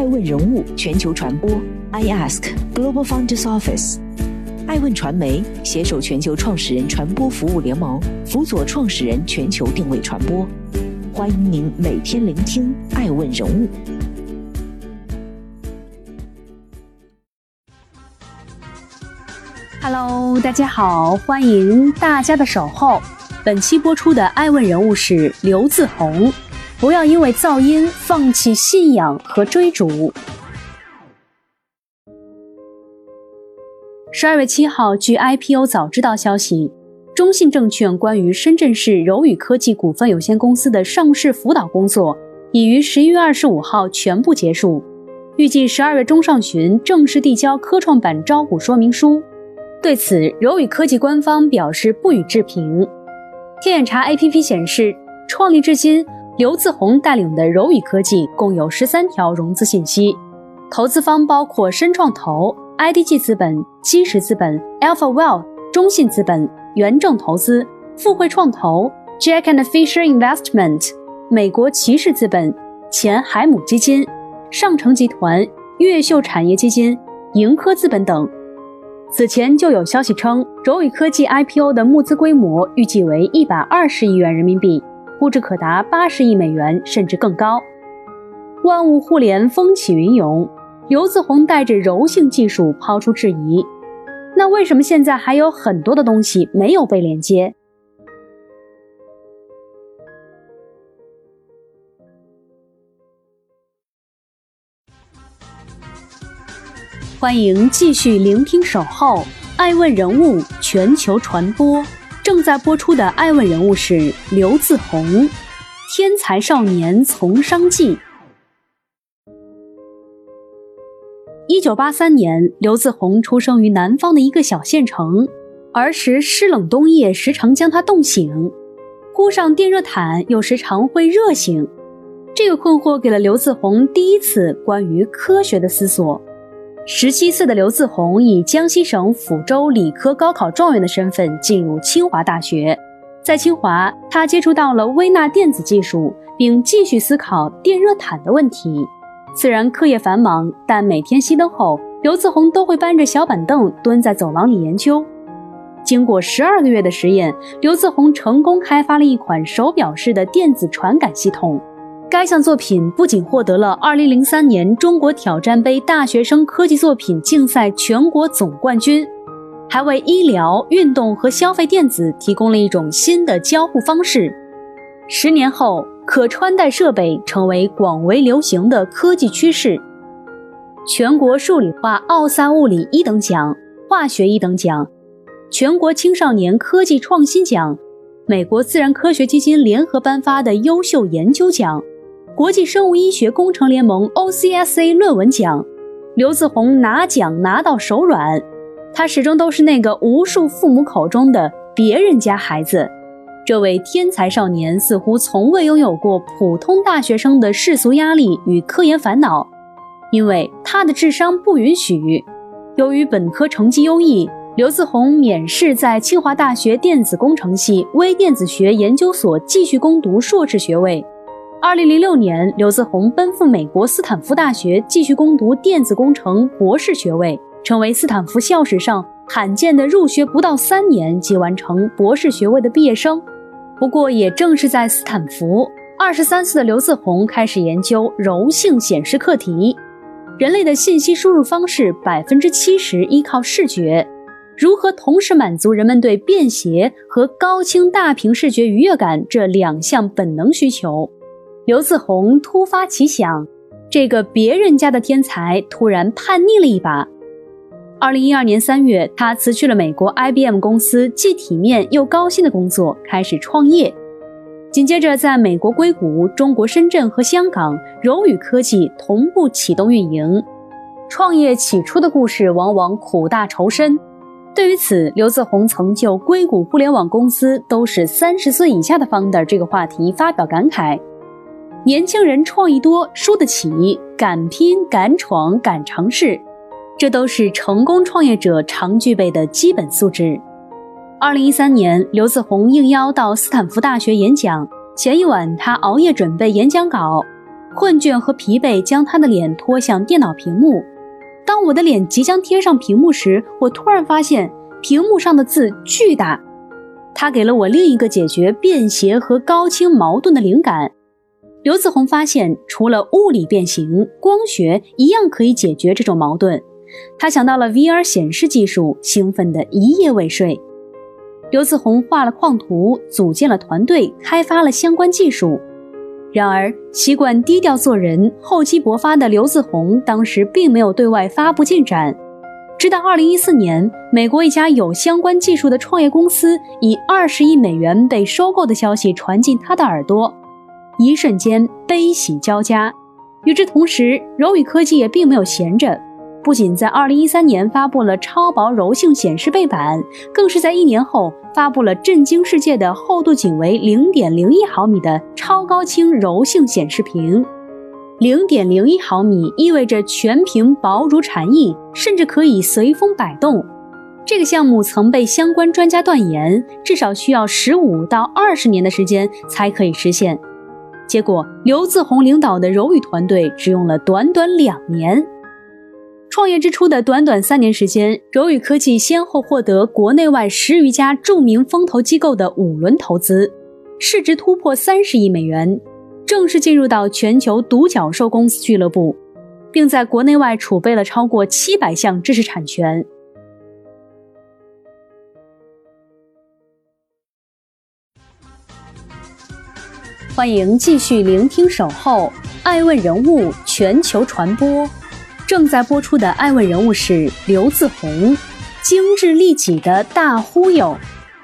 爱问人物全球传播 iAsk Global Founders Office。爱问传媒携手全球创始人传播服务联盟，辅佐创始人全球定位传播。欢迎您每天聆听爱问人物。 Hello， 大家好，欢迎大家的守候。本期播出的爱问人物是刘自宏。不要因为噪音放弃信仰和追逐。12月7号，据 IPO 早知道消息，中信证券关于深圳市柔宇科技股份有限公司的上市辅导工作已于11月25号全部结束，预计12月中上旬正式递交科创板招股说明书。对此，柔宇科技官方表示不予置评。天眼查 APP 显示，创立至今，刘自宏带领的柔宇科技共有13条融资信息，投资方包括深创投、IDG 资本、基石资本、Alpha Wealth、中信资本、元正投资、富汇创投、Jack and Fisher Investment、美国骑士资本、前海姆基金、上城集团、越秀产业基金、盈科资本等。此前就有消息称，柔宇科技 IPO 的募资规模预计为120亿元人民币，估值可达80亿美元甚至更高。万物互联风起云涌，刘自宏带着柔性技术抛出质疑，那为什么现在还有很多的东西没有被连接？欢迎继续聆听守候爱问人物全球传播。正在播出的爱问人物是刘自宏，天才少年从商记。1983年，刘自宏出生于南方的一个小县城，儿时湿冷冬夜时常将他冻醒，铺上电热毯又时常会热醒。这个困惑给了刘自宏第一次关于科学的思索。17岁的刘自宏以江西省抚州理科高考状元的身份进入清华大学。在清华，他接触到了微纳电子技术，并继续思考电热毯的问题。虽然课业繁忙，但每天熄灯后，刘自宏都会搬着小板凳蹲在走廊里研究。经过12个月的实验，刘自宏成功开发了一款手表式的电子传感系统。该项作品不仅获得了2003年中国挑战杯大学生科技作品竞赛全国总冠军，还为医疗、运动和消费电子提供了一种新的交互方式。10年后，可穿戴设备成为广为流行的科技趋势。全国数理化奥赛物理1等奖、化学1等奖、全国青少年科技创新奖、美国自然科学基金联合颁发的优秀研究奖、国际生物医学工程联盟 OCSA 论文奖。刘自宏拿奖拿到手软，他始终都是那个无数父母口中的别人家孩子。这位天才少年似乎从未拥有过普通大学生的世俗压力与科研烦恼，因为他的智商不允许。由于本科成绩优异，刘自宏免试在清华大学电子工程系微电子学研究所继续攻读硕士学位。2006年，刘自宏奔赴美国斯坦福大学继续攻读电子工程博士学位，成为斯坦福校史上罕见的入学不到3年即完成博士学位的毕业生。不过也正是在斯坦福，23岁的刘自宏开始研究柔性显示课题。人类的信息输入方式70%依靠视觉，如何同时满足人们对便携和高清大屏视觉愉悦感这2项本能需求？刘自宏突发奇想，这个别人家的天才突然叛逆了一把。2012年3月，他辞去了美国 IBM 公司既体面又高薪的工作，开始创业。紧接着在美国硅谷、中国深圳和香港，柔宇科技同步启动运营。创业起初的故事往往苦大仇深。对于此，刘自宏曾就硅谷互联网公司都是30岁以下的 founder 这个话题发表感慨。年轻人创意多，输得起，敢拼、敢闯、敢尝试，这都是成功创业者常具备的基本素质。2013年，刘自宏应邀到斯坦福大学演讲，前一晚他熬夜准备演讲稿。 困倦和疲惫将他的脸拖向电脑屏幕。当我的脸即将贴上屏幕时，我突然发现屏幕上的字巨大。他给了我另一个解决便携和高清矛盾的灵感。刘自宏发现，除了物理变形，光学一样可以解决这种矛盾。他想到了 VR 显示技术，兴奋得一夜未睡。刘自宏画了框图，组建了团队，开发了相关技术。然而，习惯低调做人、厚积薄发的刘自宏当时并没有对外发布进展。直到2014年，美国一家有相关技术的创业公司以20亿美元被收购的消息传进他的耳朵，一瞬间悲喜交加。与之同时，柔宇科技也并没有闲着，不仅在2013年发布了超薄柔性显示背板，更是在1年后发布了震惊世界的厚度仅为 0.01 毫米的超高清柔性显示屏。0.01 毫米意味着全屏薄如蝉翼，甚至可以随风摆动。这个项目曾被相关专家断言，至少需要15到20年的时间才可以实现。结果，刘自宏领导的柔宇团队只用了短短2年。创业之初的短短3年时间，柔宇科技先后获得国内外10余家著名风投机构的5轮投资，市值突破30亿美元，正式进入到全球独角兽公司俱乐部，并在国内外储备了超过700项知识产权。欢迎继续聆听守候爱问人物全球传播。正在播出的爱问人物是刘自宏，精致利己的大忽悠。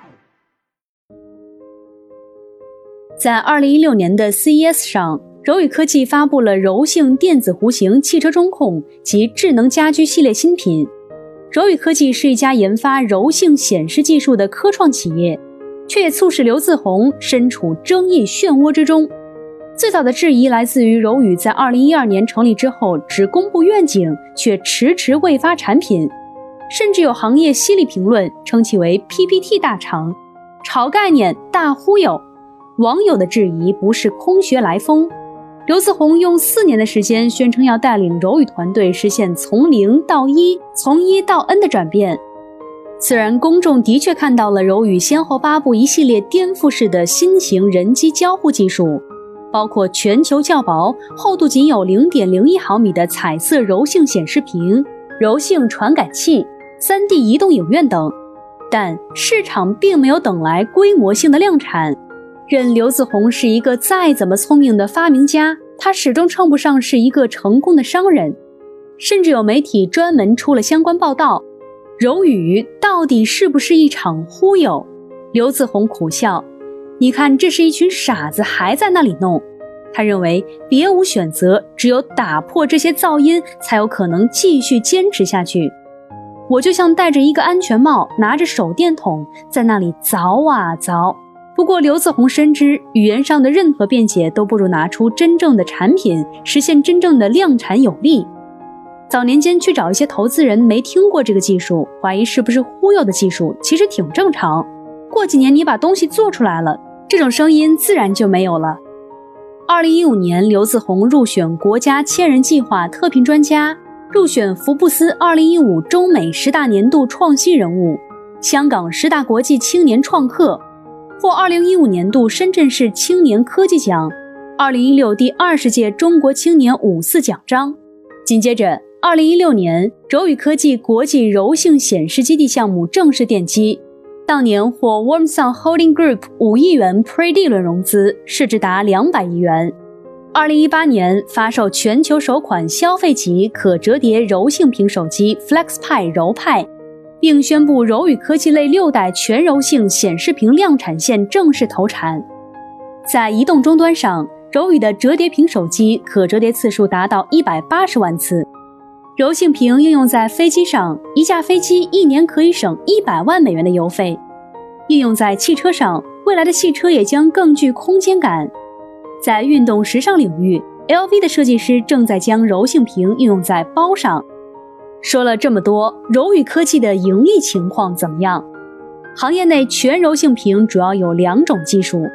在2016年的 CES 上，柔宇科技发布了柔性电子弧形汽车中控及智能家居系列新品。柔宇科技是一家研发柔性显示技术的科创企业，却也促使刘自宏身处争议漩涡之中。最早的质疑来自于柔宇在2012年成立之后只公布愿景，却迟迟未发产品，甚至有行业犀利评论称其为 PPT 大厂，炒概念大忽悠。网友的质疑不是空穴来风，刘自宏用4年的时间宣称要带领柔宇团队实现从0到1、从1到 N 的转变。虽然公众的确看到了柔宇先后发布一系列颠覆式的新型人机交互技术，包括全球较薄、厚度仅有 0.01 毫米的彩色柔性显示屏、柔性传感器、3D 移动影院等，但市场并没有等来规模性的量产。任刘自宏是一个再怎么聪明的发明家，他始终称不上是一个成功的商人。甚至有媒体专门出了相关报道，柔宇到底是不是一场忽悠？刘自宏苦笑，你看这是一群傻子还在那里弄。他认为别无选择，只有打破这些噪音才有可能继续坚持下去。我就像戴着一个安全帽，拿着手电筒在那里凿啊凿。不过刘自宏深知，语言上的任何辩解都不如拿出真正的产品，实现真正的量产有力。早年间去找一些投资人没听过这个技术，怀疑是不是忽悠的技术，其实挺正常。过几年你把东西做出来了，这种声音自然就没有了。2015年，刘自宏入选国家千人计划特聘专家，入选福布斯2015中美10大年度创新人物，香港10大国际青年创客，获2015年度深圳市青年科技奖，2016第20届中国青年54奖章。紧接着2016年，柔宇科技国际柔性显示基地项目正式奠基，当年获 Warmsun Holding Group 5亿元 Pre-D 轮融资，市值达200亿元。2018年发售全球首款消费级可折叠柔性屏手机 FlexPi 柔派，并宣布柔宇科技类6代全柔性显示屏量产线正式投产。在移动终端上，柔宇的折叠屏手机可折叠次数达到180万次。柔性屏应用在飞机上，一架飞机1年可以省100万美元的油费；应用在汽车上，未来的汽车也将更具空间感。在运动时尚领域， LV 的设计师正在将柔性屏应用在包上。说了这么多，柔宇科技的盈利情况怎么样？行业内全柔性屏主要有2种技术，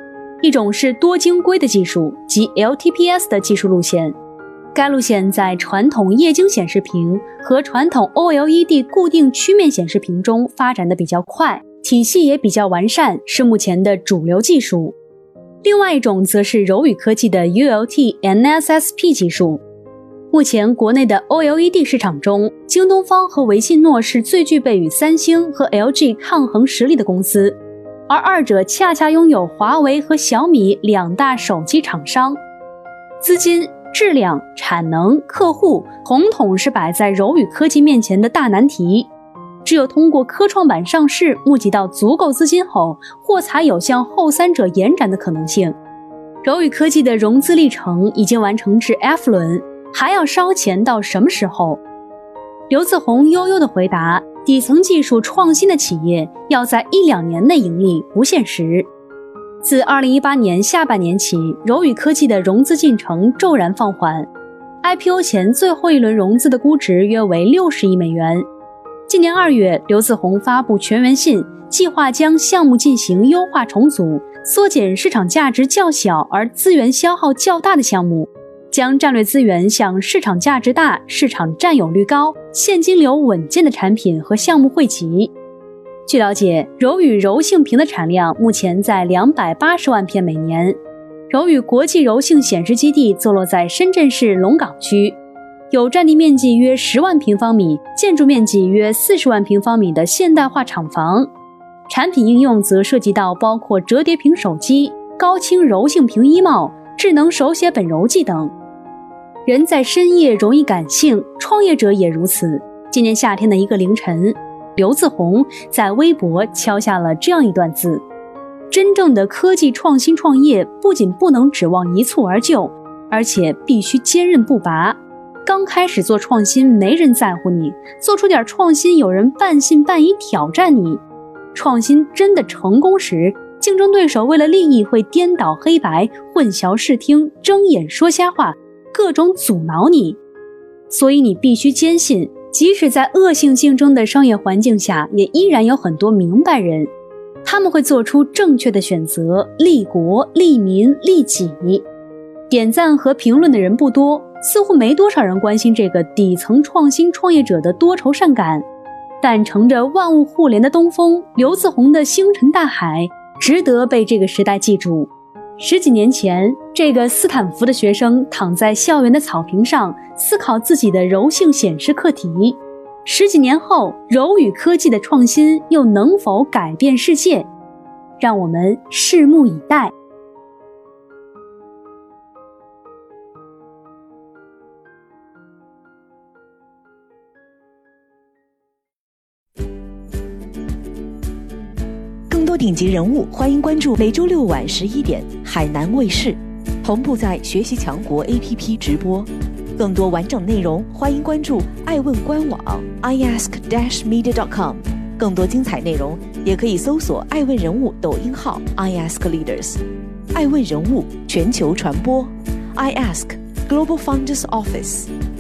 一种是多晶硅的技术，即 LTPS 的技术路线。该路线在传统液晶显示屏和传统 OLED 固定曲面显示屏中发展的比较快，体系也比较完善，是目前的主流技术。另外一种则是柔宇科技的 ULT NSSP 技术。目前国内的 OLED 市场中，京东方和维信诺是最具备与三星和 LG 抗衡实力的公司，而二者恰恰拥有华为和小米两大手机厂商。资金、质量、产能、客户统统是摆在柔宇科技面前的大难题。只有通过科创板上市募集到足够资金后，或才有向后三者延展的可能性。柔宇科技的融资历程已经完成至 F 轮，还要烧钱到什么时候？刘自宏悠悠地回答，底层技术创新的企业要在1-2年内盈利不现实。自2018年下半年起，柔宇科技的融资进程骤然放缓， IPO 前最后一轮融资的估值约为60亿美元。今年2月，刘自宏发布全员信，计划将项目进行优化重组，缩减市场价值较小而资源消耗较大的项目，将战略资源向市场价值大、市场占有率高、现金流稳健的产品和项目汇集。据了解，柔宇柔性屏的产量目前在280万片每年。柔宇国际柔性显示基地坐落在深圳市龙岗区，有占地面积约10万平方米、建筑面积约40万平方米的现代化厂房。产品应用则涉及到包括折叠屏手机、高清柔性屏衣帽、智能手写本柔记等。人在深夜容易感性，创业者也如此。今年夏天的一个凌晨，刘自宏在微博敲下了这样一段字：真正的科技创新创业不仅不能指望一蹴而就，而且必须坚韧不拔。刚开始做创新没人在乎你，做出点创新有人半信半疑挑战你。创新真的成功时，竞争对手为了利益会颠倒黑白、混淆视听、睁眼说瞎话，各种阻挠你。所以你必须坚信，即使在恶性竞争的商业环境下，也依然有很多明白人，他们会做出正确的选择，利国、利民、利己。点赞和评论的人不多，似乎没多少人关心这个底层创新创业者的多愁善感，但乘着万物互联的东风，刘自宏的星辰大海值得被这个时代记住。10几年前，这个斯坦福的学生躺在校园的草坪上思考自己的柔性显示课题。10几年后，柔宇科技的创新又能否改变世界？让我们拭目以待。 更多顶级人物，欢迎关注每周6晚11点海南卫视，同步在学习强国 APP 直播。更多完整内容，欢迎关注爱问官网 iask-media.com。更多精彩内容，也可以搜索爱问人物抖音号 iaskleaders。爱问人物全球传播 iAsk Global Founders Office。